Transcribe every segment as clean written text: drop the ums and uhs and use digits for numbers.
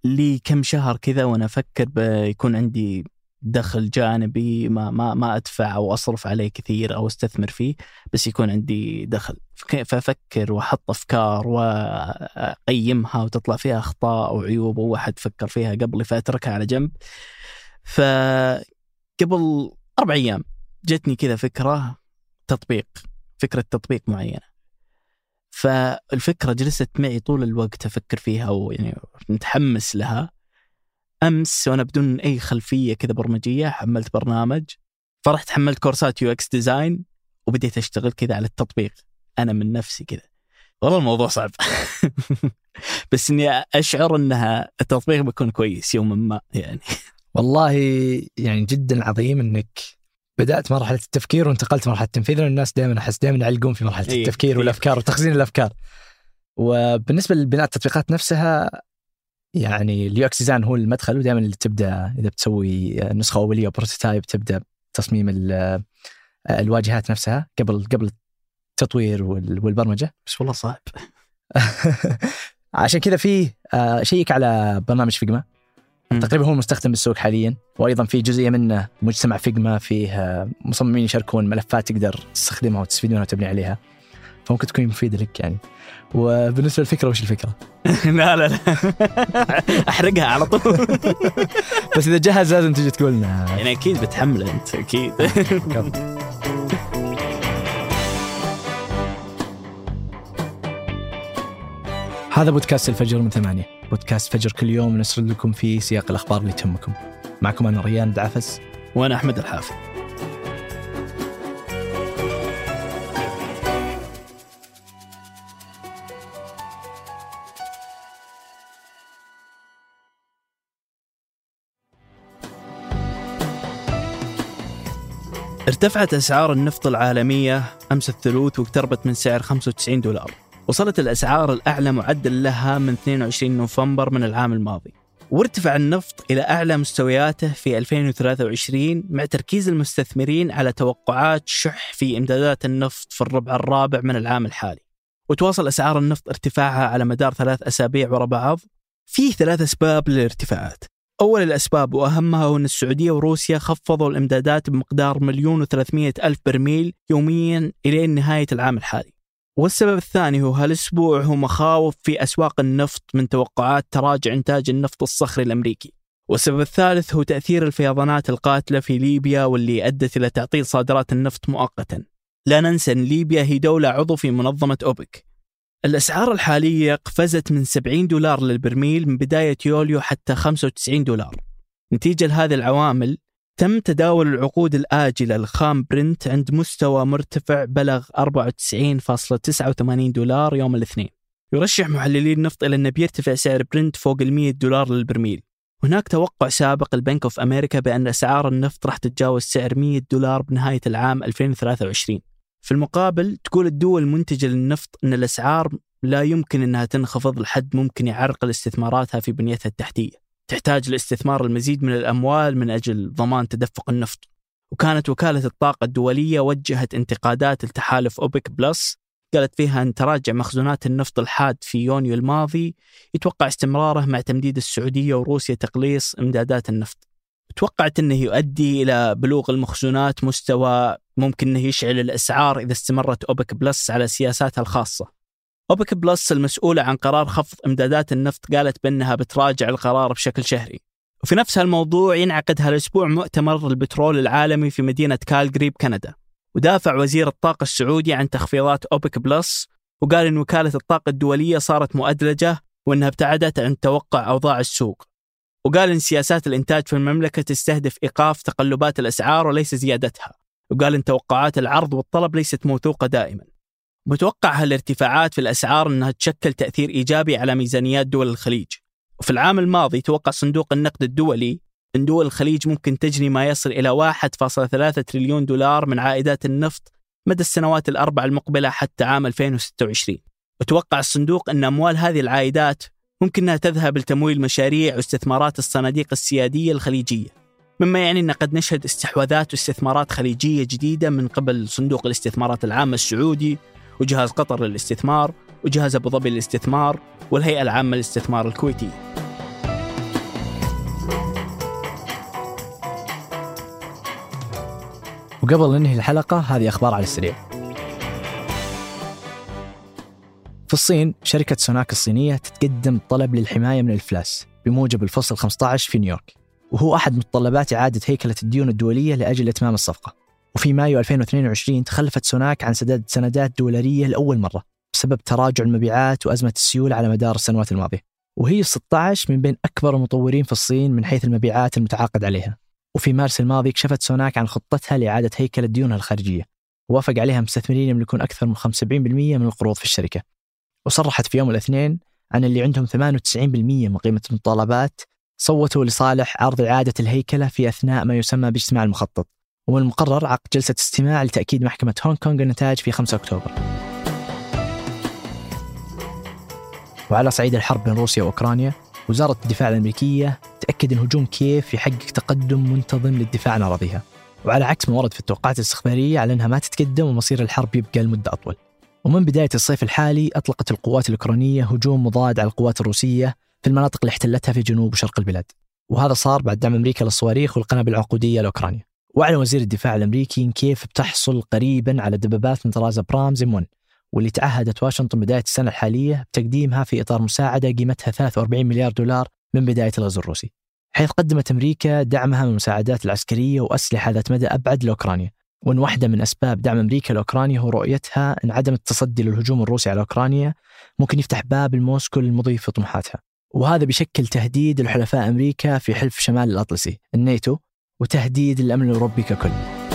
لي كم شهر كذا وأنا أفكر بيكون عندي دخل جانبي ما أدفع أو أصرف عليه كثير أو استثمر فيه، بس يكون عندي دخل. فأفكر وأحط أفكار وأقيمها وتطلع فيها أخطاء وعيوب وواحد فكر فيها قبل فأتركها على جنب. فقبل 4 أيام جتني كذا فكرة تطبيق معينة. فالفكرة جلست معي طول الوقت أفكر فيها ويعني متحمس لها. أمس وأنا بدون أي خلفية كذا برمجية حملت برنامج، فرحت حملت كورسات UX ديزاين وبديت أشتغل كذا على التطبيق أنا من نفسي كذا. والله الموضوع صعب بس إني أشعر أنها التطبيق بيكون كويس يوما ما يعني. والله يعني جدا عظيم أنك بدأت مرحلة التفكير وانتقلت مرحلة التنفيذ. الناس دائما أحس دائما يعلقون في مرحلة التفكير والأفكار وتخزين الأفكار. وبالنسبة لبناء التطبيقات نفسها يعني اليوكس ديزاين هو المدخل، ودائما اللي تبدأ إذا بتسوي نسخة أولية بروتوتايب تبدأ تصميم الواجهات نفسها قبل التطوير والبرمجة. بس والله صعب عشان كذا فيه شيك على برنامج فيجما تقريبا هو المستخدم بالسوق حاليا، وأيضا في جزئية منه مجتمع فيجما فيه مصممين يشاركون ملفات تقدر تستخدمها وتستفيد منها وتبني عليها، فممكن تكون مفيدة لك يعني. وبالنسبة للفكرة وش الفكرة؟ لا أحرقها على طول بس إذا جهز لازم تجي تقولنا يعني. أكيد بتحمل أنت أكيد هذا بودكاست الفجر من 8، بودكاست فجر كل يوم نسرد لكم فيه سياق الأخبار اللي تهمكم. معكم أنا ريان دعفس وأنا أحمد الحافظ. ارتفعت أسعار النفط العالمية أمس الثلاث واقتربت من سعر $95. وصلت الأسعار الأعلى معدل لها من 22 نوفمبر من العام الماضي، وارتفع النفط إلى أعلى مستوياته في 2023 مع تركيز المستثمرين على توقعات شح في إمدادات النفط في الربع الرابع من العام الحالي. وتواصل أسعار النفط ارتفاعها على مدار 3 أسابيع وراء بعض. في 3 أسباب للارتفاعات. أول الأسباب وأهمها هو أن السعودية وروسيا خفضوا الإمدادات بمقدار 1,300,000 برميل يوميا إلى نهاية العام الحالي. والسبب الثاني هو هالأسبوع هو مخاوف في أسواق النفط من توقعات تراجع إنتاج النفط الصخري الأمريكي. والسبب الثالث هو تأثير الفيضانات القاتلة في ليبيا واللي أدت إلى تعطيل صادرات النفط مؤقتا. لا ننسى أن ليبيا هي دولة عضو في منظمة أوبك. الأسعار الحالية قفزت من $70 للبرميل من بداية يوليو حتى $95. نتيجة لهذه العوامل تم تداول العقود الآجلة الخام برنت عند مستوى مرتفع بلغ $94.89 يوم الاثنين. يرشح محللين النفط إلى أن بيرتفع سعر برنت فوق $100 للبرميل. هناك توقع سابق البنك أوف أمريكا بأن أسعار النفط راح تتجاوز سعر $100 بنهاية العام 2023. في المقابل تقول الدول المنتجة للنفط أن الأسعار لا يمكن أنها تنخفض لحد ممكن يعرقل استثماراتها في بنيتها التحتية. تحتاج لاستثمار المزيد من الأموال من أجل ضمان تدفق النفط. وكانت وكالة الطاقة الدولية وجهت انتقادات لتحالف أوبك بلس، قالت فيها أن تراجع مخزونات النفط الحاد في يونيو الماضي يتوقع استمراره مع تمديد السعودية وروسيا تقليص إمدادات النفط. توقعت أنه يؤدي إلى بلوغ المخزونات مستوى ممكن أنه يشعل الأسعار إذا استمرت أوبك بلس على سياساتها الخاصة. أوبك بلس المسؤولة عن قرار خفض إمدادات النفط قالت بأنها بتراجع القرار بشكل شهري. وفي نفس هالموضوع ينعقد هالأسبوع مؤتمر البترول العالمي في مدينة كالغري بكندا. ودافع وزير الطاقة السعودي عن تخفيضات أوبك بلس، وقال إن وكالة الطاقة الدولية صارت مؤدلجة وأنها ابتعدت عن توقع أوضاع السوق. وقال إن سياسات الإنتاج في المملكة تستهدف إيقاف تقلبات الأسعار وليس زيادتها. وقال إن توقعات العرض والطلب ليست موثوقة دائما. متوقع هالارتفاعات في الأسعار أنها تشكل تأثير إيجابي على ميزانيات دول الخليج. وفي العام الماضي توقع صندوق النقد الدولي أن دول الخليج ممكن تجني ما يصل إلى $1.3 تريليون من عائدات النفط مدى السنوات الأربع المقبلة حتى عام 2026. وتوقع الصندوق أن أموال هذه العائدات ممكن أنها تذهب لتمويل مشاريع واستثمارات الصناديق السيادية الخليجية، مما يعني أن قد نشهد استحواذات واستثمارات خليجية جديدة من قبل صندوق الاستثمارات العامة السعودي وجهاز قطر للاستثمار وجهاز أبو ظبي للاستثمار والهيئة العامة للاستثمار الكويتي. وقبل ننهي الحلقة هذه أخبار على السريع. في الصين شركة سوناك الصينية تتقدم طلب للحماية من الإفلاس بموجب الفصل 15 في نيويورك، وهو أحد متطلبات إعادة هيكلة الديون الدولية لأجل إتمام الصفقة. وفي مايو 2022 تخلفت سوناك عن سداد سندات دولارية لأول مرة بسبب تراجع المبيعات وأزمة السيولة على مدار السنوات الماضية، وهي 16 من بين أكبر المطورين في الصين من حيث المبيعات المتعاقد عليها. وفي مارس الماضي كشفت سوناك عن خطتها لإعادة هيكلة ديونها الخارجية، ووافق عليها مستثمرين يملكون أكثر من 75% من القروض في الشركة. وصرحت في يوم الاثنين عن اللي عندهم 98% من قيمة المطالبات صوتوا لصالح عرض إعادة الهيكلة في أثناء ما يسمى باجتماع المخطط، ومن المقرر عقد جلسة استماع لتأكيد محكمة هونغ كونغ النتائج في 5 أكتوبر. وعلى صعيد الحرب بين روسيا وأوكرانيا، وزارة الدفاع الأمريكية تأكد أن هجوم كييف يحقق تقدم منتظم للدفاع عن أراضيها، وعلى عكس ما ورد في التوقعات الاستخبارية على أنها ما تتقدم ومصير الحرب يبقى لمدة أطول. ومن بداية الصيف الحالي أطلقت القوات الأوكرانية هجوم مضاد على القوات الروسية في المناطق اللي احتلتها في جنوب وشرق البلاد، وهذا صار بعد دعم أمريكا للصواريخ والقنابل العنقودية لأوكرانيا. وأعلن وزير الدفاع الأمريكي إن كييف بتحصل قريبا على دبابات من طراز برامز M1، واللي تعهدت واشنطن بداية السنة الحالية بتقديمها في إطار مساعدة قيمتها 43 مليار دولار من بداية الغزو الروسي، حيث قدمت أمريكا دعمها من المساعدات العسكرية وأسلحة ذات مدى أبعد لأوكرانيا. وأن واحدة من أسباب دعم أمريكا لأوكرانيا هو رؤيتها أن عدم التصدي للهجوم الروسي على أوكرانيا ممكن يفتح باب الموسكو للمضي في طموحاتها، وهذا بشكل تهديد لحلفاء أمريكا في حلف شمال الأطلسي الناتو، وتهديد للأمن الأوروبي ككل.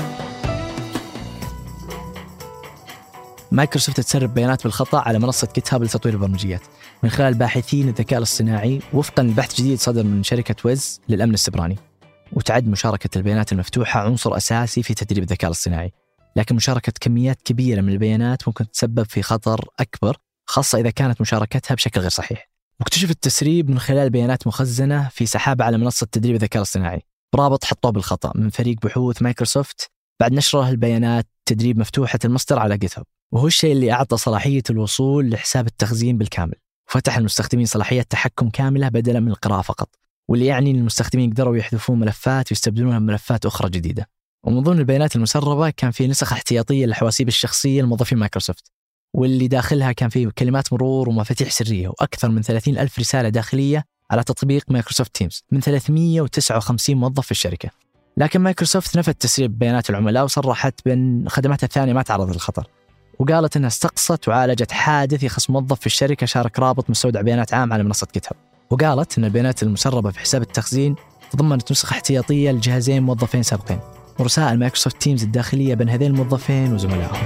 مايكروسوفت تسرب بيانات بالخطأ على منصة GitHub لتطوير البرمجيات من خلال باحثين الذكاء الاصطناعي وفقا لبحث جديد صدر من شركة ويز للأمن السبراني. وتعد مشاركة البيانات المفتوحة عنصر أساسي في تدريب الذكاء الاصطناعي، لكن مشاركة كميات كبيرة من البيانات ممكن تسبب في خطر أكبر، خاصة إذا كانت مشاركتها بشكل غير صحيح. واكتشف التسريب من خلال بيانات مخزنة في سحابة على منصة تدريب الذكاء الاصطناعي، رابط حطوه بالخطأ من فريق بحوث مايكروسوفت بعد نشره البيانات تدريب مفتوحة المصدر على GitHub، وهو الشيء اللي أعطى صلاحية الوصول لحساب التخزين بالكامل، وفتح المستخدمين صلاحية تحكم كاملة بدلا من القراءة فقط، واللي يعني أن المستخدمين يقدروا يحذفون ملفات ويستبدلونها بملفات أخرى جديدة. ومن ضمن البيانات المسربة كان في نسخ احتياطية للحواسيب الشخصية لموظفين مايكروسوفت، واللي داخلها كان فيه كلمات مرور ومفاتيح سرية وأكثر من 30,000 رسالة داخلية على تطبيق مايكروسوفت تيمز من 359 موظف في الشركة. لكن مايكروسوفت نفت تسريب بيانات العملاء وصرحت بأن خدماتها الثانية ما تعرضت للخطر، وقالت أنها استقصت وعالجت حادث يخص موظف في الشركة شارك رابط مستودع بيانات عام على منصة GitHub. وقالت أن البيانات المسربة في حساب التخزين تضمنت نسخة احتياطية لجهازين موظفين سابقين ورسائل مايكروسوفت تيمز الداخلية بين هذين الموظفين وزملائهم.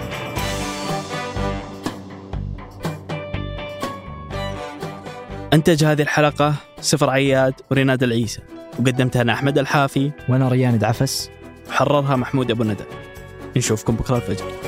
أنتج هذه الحلقة سفر عياد وريناد العيسى، وقدمتها أنا أحمد الحافي وأنا ريان دعفس، وحررها محمود أبو ندى. نشوفكم بكرة الفجر.